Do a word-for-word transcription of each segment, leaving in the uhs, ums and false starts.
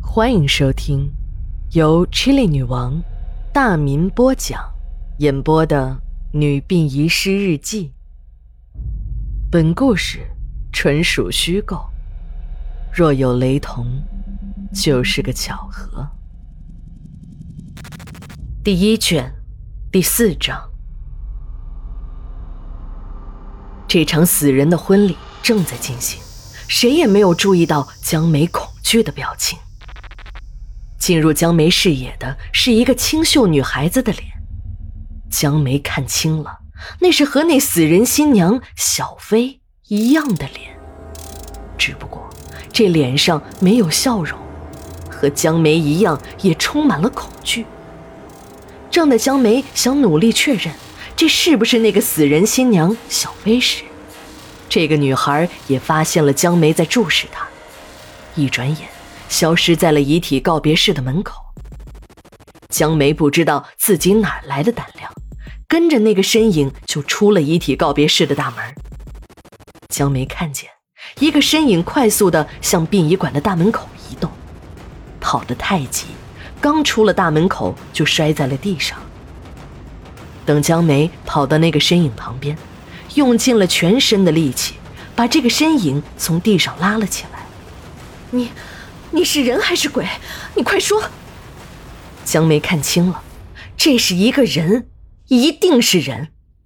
欢迎收听由 Chilli 女王大民播讲演播的女病遗失日记。本故事纯属虚构，若有雷同，就是个巧合。第一卷第四章。这场死人的婚礼正在进行，谁也没有注意到江梅恐惧的表情。进入江梅视野的是一个清秀女孩子的脸，江梅看清了，那是和那死人新娘小薇一样的脸，只不过这脸上没有笑容，和江梅一样也充满了恐惧。正在江梅想努力确认这是不是那个死人新娘小薇时，这个女孩也发现了江梅在注视她，一转眼消失在了遗体告别室的门口。江梅不知道自己哪来的胆量，跟着那个身影就出了遗体告别室的大门。江梅看见一个身影快速地向殡仪馆的大门口移动，跑得太急，刚出了大门口就摔在了地上。等江梅跑到那个身影旁边，用尽了全身的力气把这个身影从地上拉了起来。你你是人还是鬼？你快说！江梅看清了，这是一个人，一定是人。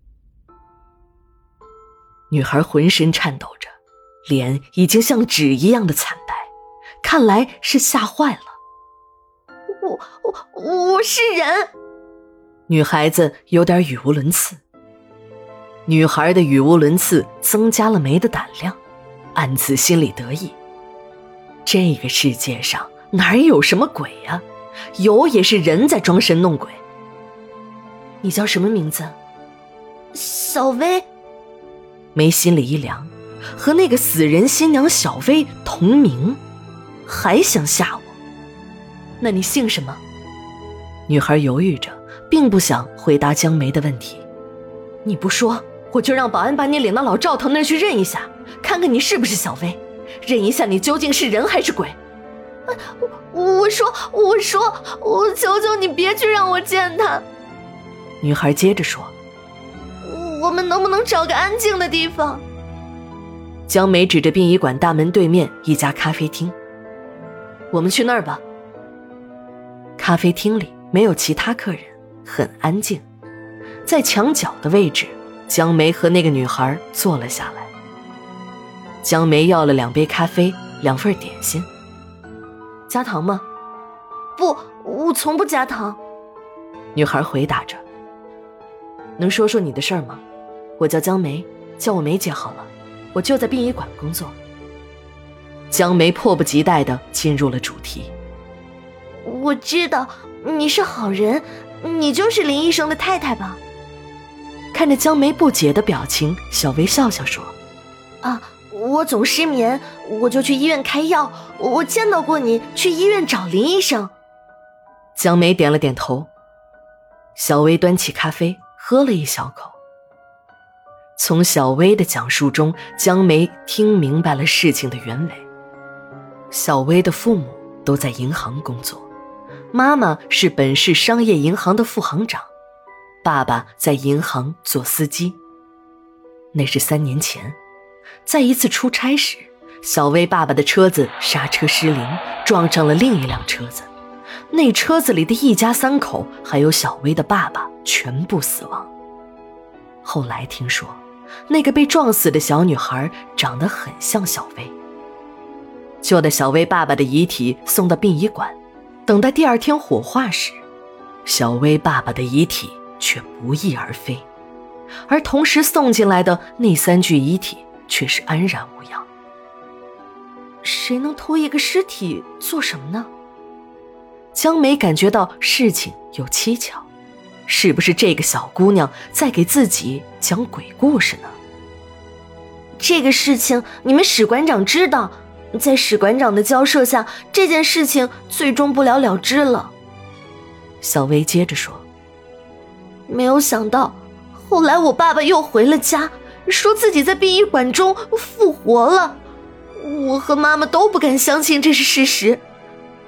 女孩浑身颤抖着，脸已经像纸一样的惨白，看来是吓坏了。 我我我是人！ 女孩子有点语无伦次。女孩的语无伦次增加了梅的胆量，暗自心里得意。这个世界上哪有什么鬼呀、啊？有也是人在装神弄鬼。你叫什么名字？ 小薇。 梅心里一凉，和那个死人新娘小薇同名，还想吓我？那你姓什么？女孩犹豫着，并不想回答江梅的问题。你不说，我就让保安把你领到老赵头那儿去认一下，看看你是不是小薇，认一下你究竟是人还是鬼。 我我说我说我求求你别去让我见他。 女孩接着说， 我们能不能找个安静的地方？ 江梅指着殡仪馆大门对面一家咖啡厅，我们去那儿吧。咖啡厅里没有其他客人，很安静。在墙角的位置，江梅和那个女孩坐了下来。江梅要了两杯咖啡，两份点心。加糖吗？ 不，我从不加糖。 女孩回答着。能说说你的事儿吗？我叫江梅，叫我梅姐好了，我就在殡仪馆工作。江梅迫不及待地进入了主题。 我知道你是好人，你就是林医生的太太吧？ 看着江梅不解的表情，小薇笑笑说， 啊，我总失眠，我就去医院开药，我见到过你去医院找林医生。 江梅点了点头。小薇端起咖啡喝了一小口。从小薇的讲述中，江梅听明白了事情的原委。小薇的父母都在银行工作，妈妈是本市商业银行的副行长，爸爸在银行做司机。那是三年前，在一次出差时，小薇爸爸的车子刹车失灵，撞上了另一辆车子。那车子里的一家三口还有小薇的爸爸全部死亡。后来听说，那个被撞死的小女孩长得很像小薇。就在小薇爸爸的遗体送到殡仪馆，等待第二天火化时，小薇爸爸的遗体却不翼而飞，而同时送进来的那三具遗体却是安然无恙。谁能偷一个尸体做什么呢？江梅感觉到事情有蹊跷，是不是这个小姑娘在给自己讲鬼故事呢？ 这个事情你们史馆长知道，在史馆长的交涉下，这件事情最终不了了之了。 小薇接着说， 没有想到后来我爸爸又回了家，说自己在殡仪馆中复活了，我和妈妈都不敢相信这是事实。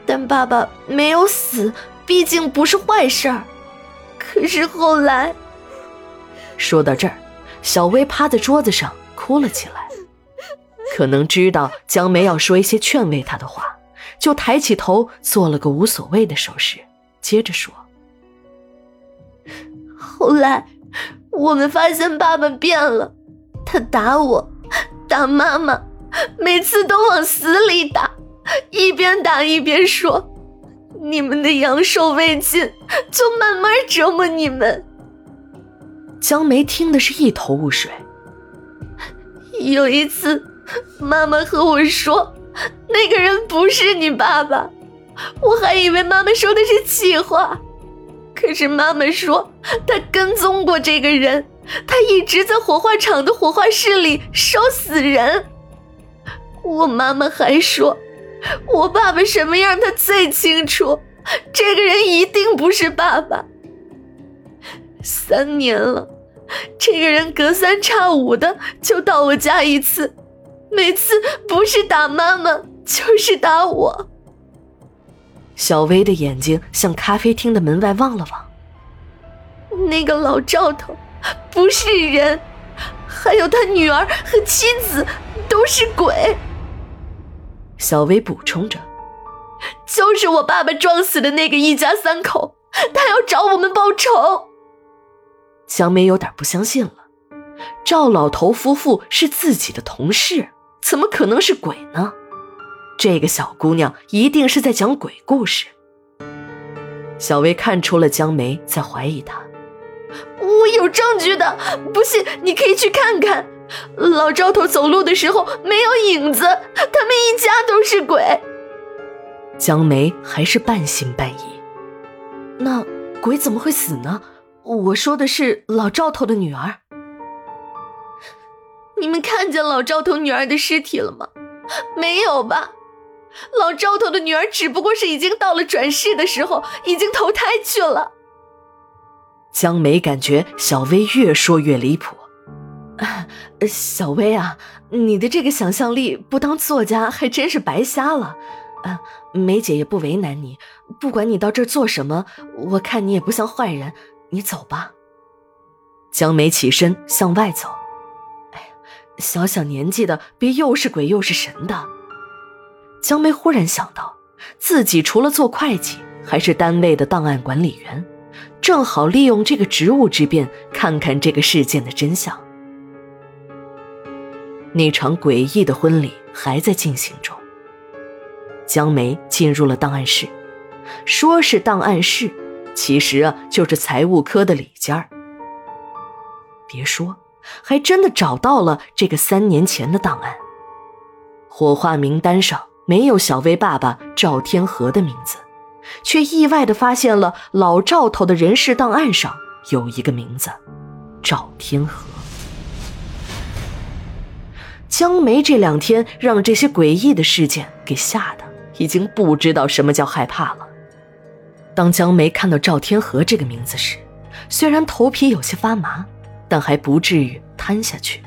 但爸爸没有死，毕竟不是坏事儿。可是后来…… 说到这儿，小薇趴在桌子上哭了起来。可能知道江梅要说一些劝慰她的话，就抬起头做了个无所谓的手势，接着说： 后来我们发现爸爸变了，他打我，打妈妈，每次都往死里打，一边打一边说：你们的阳寿未尽，就慢慢折磨你们。 江梅听的是一头雾水。 有一次妈妈和我说那个人不是你爸爸，我还以为妈妈说的是气话，可是妈妈说她跟踪过这个人，他一直在火化场的火化室里烧死人。我妈妈还说我爸爸什么样她最清楚，这个人一定不是爸爸。三年了，这个人隔三差五的就到我家一次，每次不是打妈妈就是打我。 小薇的眼睛向咖啡厅的门外望了望。 那个老赵头不是人，还有他女儿和妻子都是鬼。 小薇补充着， 就是我爸爸撞死的那个一家三口，他要找我们报仇。 江梅有点不相信了，赵老头夫妇是自己的同事，怎么可能是鬼呢？这个小姑娘一定是在讲鬼故事。小薇看出了江梅在怀疑她。 我有证据的，不信你可以去看看。老赵头走路的时候没有影子，他们一家都是鬼。 江梅还是半信半疑。那鬼怎么会死呢？我说的是老赵头的女儿。 你们看见老赵头女儿的尸体了吗？没有吧？老赵头的女儿只不过是已经到了转世的时候，已经投胎去了。 江梅感觉小薇越说越离谱。 啊，小薇啊，你的这个想象力不当作家还真是白瞎了。啊，梅姐也不为难你，不管你到这儿做什么，我看你也不像坏人，你走吧。 江梅起身向外走。 哎呀，小小年纪的别又是鬼又是神的。 江梅忽然想到，自己除了做会计，还是单位的档案管理员，正好利用这个职务之便，看看这个事件的真相。那场诡异的婚礼还在进行中。江梅进入了档案室，说是档案室，其实啊就是财务科的里间儿。别说，还真的找到了这个三年前的档案。火化名单上没有小薇爸爸赵天和的名字，却意外地发现了老赵头的人事档案上有一个名字，赵天和。江梅这两天让这些诡异的事件给吓得已经不知道什么叫害怕了。当江梅看到赵天和这个名字时，虽然头皮有些发麻，但还不至于瘫下去。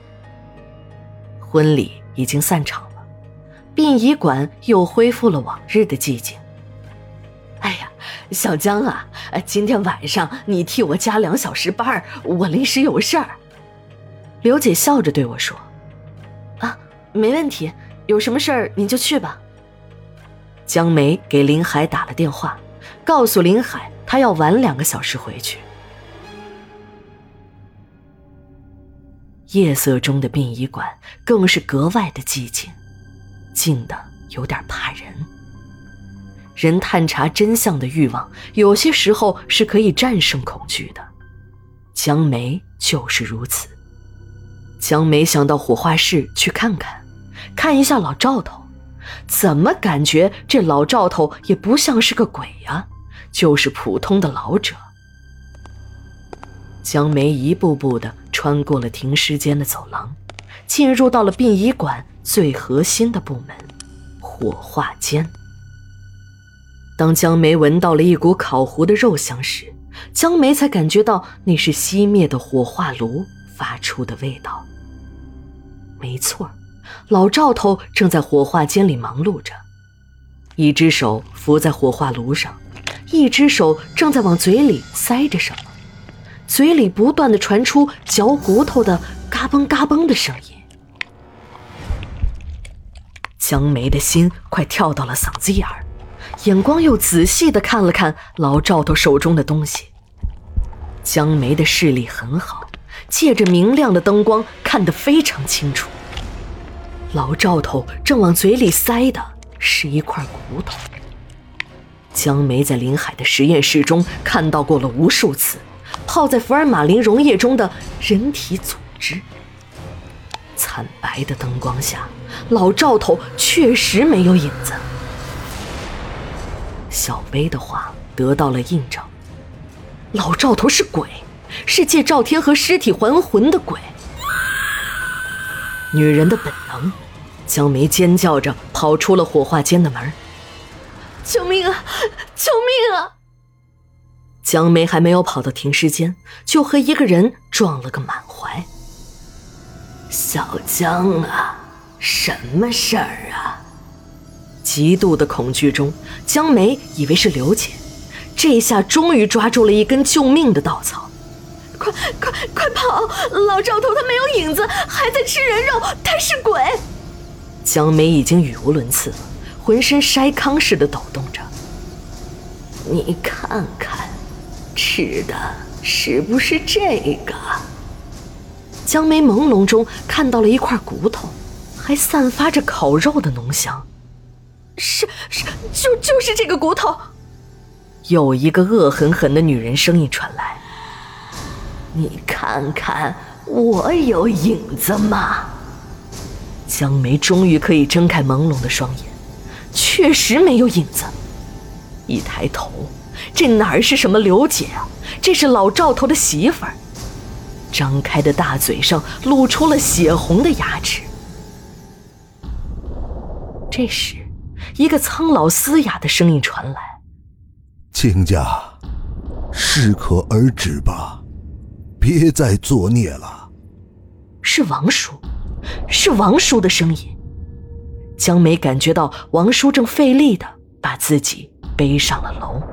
婚礼已经散场了，殡仪馆又恢复了往日的寂静。 哎呀，小江啊，今天晚上你替我加两小时班，我临时有事儿。 刘姐笑着对我说： 啊，没问题，有什么事儿你就去吧。 江梅给林海打了电话，告诉林海她要晚两个小时回去。夜色中的殡仪馆更是格外的寂静，静得有点怕人。人探查真相的欲望，有些时候是可以战胜恐惧的。江梅就是如此。江梅想到火化室去看看，看一下老赵头，怎么感觉这老赵头也不像是个鬼呀，就是普通的老者。江梅一步步地穿过了停尸间的走廊，进入到了殡仪馆最核心的部门——火化间。当江梅闻到了一股烤糊的肉香时，江梅才感觉到那是熄灭的火化炉发出的味道。没错，老赵头正在火化间里忙碌着。 一只手扶在火化炉上，一只手正在往嘴里塞着什么，嘴里不断地传出嚼骨头的嘎嘣嘎嘣的声音。江梅的心快跳到了嗓子眼儿，眼光又仔细地看了看老赵头手中的东西。江梅的视力很好，借着明亮的灯光看得非常清楚。老赵头正往嘴里塞的是一块骨头。江梅在临海的实验室中看到过了无数次泡在福尔马林溶液中的人体组织。惨白的灯光下，老赵头确实没有影子。小薇的话得到了印证，老赵头是鬼，是借赵天和尸体还魂的鬼。女人的本能，江梅尖叫着跑出了火化间的门。 救命啊！救命啊！ 江梅还没有跑到停尸间，就和一个人撞了个满怀。小江啊，什么事儿啊？极度的恐惧中，江梅以为是刘姐，这下终于抓住了一根救命的稻草。 快快快跑！老赵头他没有影子，还在吃人肉，他是鬼！ 江梅已经语无伦次了，浑身筛糠似的抖动着。你看看，吃的是不是这个？江梅朦胧中看到了一块骨头，还散发着烤肉的浓香。 是是，就就是这个骨头。 有一个恶狠狠的女人声音传来。你看看，我有影子吗？江梅终于可以睁开朦胧的双眼，确实没有影子。一抬头，这哪儿是什么刘姐啊，这是老赵头的媳妇儿。张开的大嘴上露出了血红的牙齿。这时，一个苍老嘶哑的声音传来： 亲家，适可而止吧，别再作孽了。 是王叔，是王叔的声音。江梅感觉到王叔正费力地把自己背上了楼。